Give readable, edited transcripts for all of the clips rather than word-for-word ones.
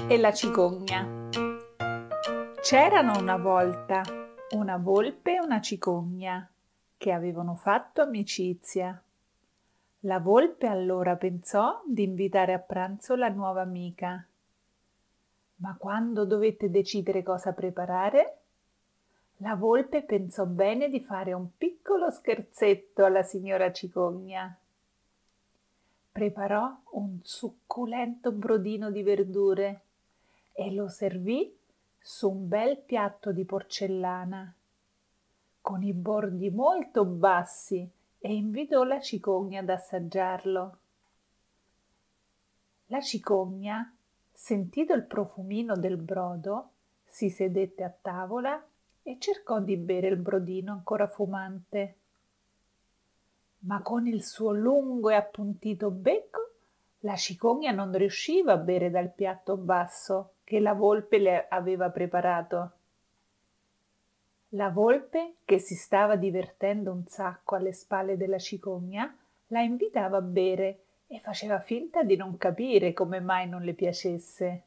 e la cicogna. C'erano una volta una volpe e una cicogna che avevano fatto amicizia. La volpe allora pensò di invitare a pranzo la nuova amica. Ma quando dovette decidere cosa preparare, la volpe pensò bene di fare un piccolo scherzetto alla signora cicogna. Preparò un succulento brodino di verdure e lo servì su un bel piatto di porcellana, con i bordi molto bassi, e invitò la cicogna ad assaggiarlo. La cicogna, sentito il profumino del brodo, si sedette a tavola e cercò di bere il brodino ancora fumante. Ma con il suo lungo e appuntito becco la cicogna non riusciva a bere dal piatto basso che la volpe le aveva preparato. La volpe, che si stava divertendo un sacco alle spalle della cicogna, la invitava a bere e faceva finta di non capire come mai non le piacesse.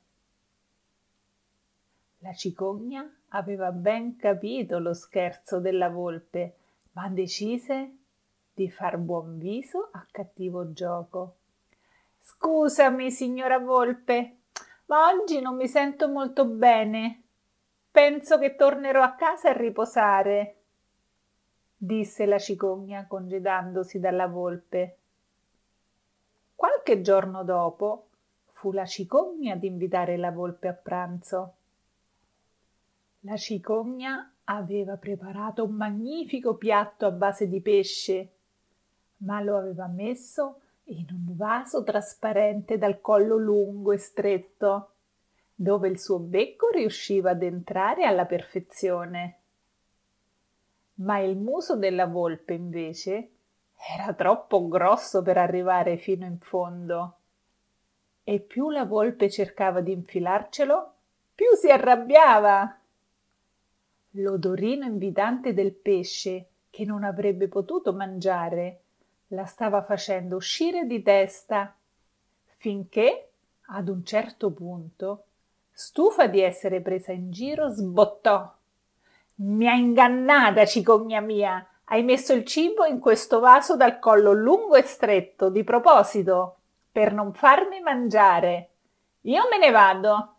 La cicogna aveva ben capito lo scherzo della volpe, ma decise di far buon viso a cattivo gioco. Scusami, signora volpe, ma oggi non mi sento molto bene. Penso che tornerò a casa a riposare, disse la cicogna congedandosi dalla volpe. Qualche giorno dopo fu la cicogna ad invitare la volpe a pranzo. La cicogna aveva preparato un magnifico piatto a base di pesce, ma lo aveva messo in un vaso trasparente dal collo lungo e stretto, dove il suo becco riusciva ad entrare alla perfezione. Ma il muso della volpe, invece, era troppo grosso per arrivare fino in fondo. E più la volpe cercava di infilarcelo, più si arrabbiava. L'odorino invitante del pesce, che non avrebbe potuto mangiare, la stava facendo uscire di testa, finché, ad un certo punto, stufa di essere presa in giro, sbottò. Mi hai ingannata, cicogna mia! Hai messo il cibo in questo vaso dal collo lungo e stretto, di proposito, per non farmi mangiare. Io me ne vado.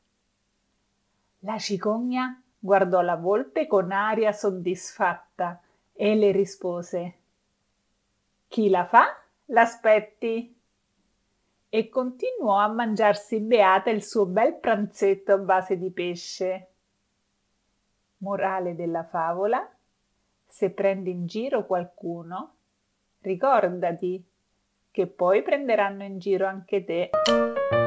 La cicogna guardò la volpe con aria soddisfatta e le rispose: Chi la fa, l'aspetti. E continuò a mangiarsi beata il suo bel pranzetto a base di pesce. Morale della favola: se prendi in giro qualcuno, ricordati che poi prenderanno in giro anche te.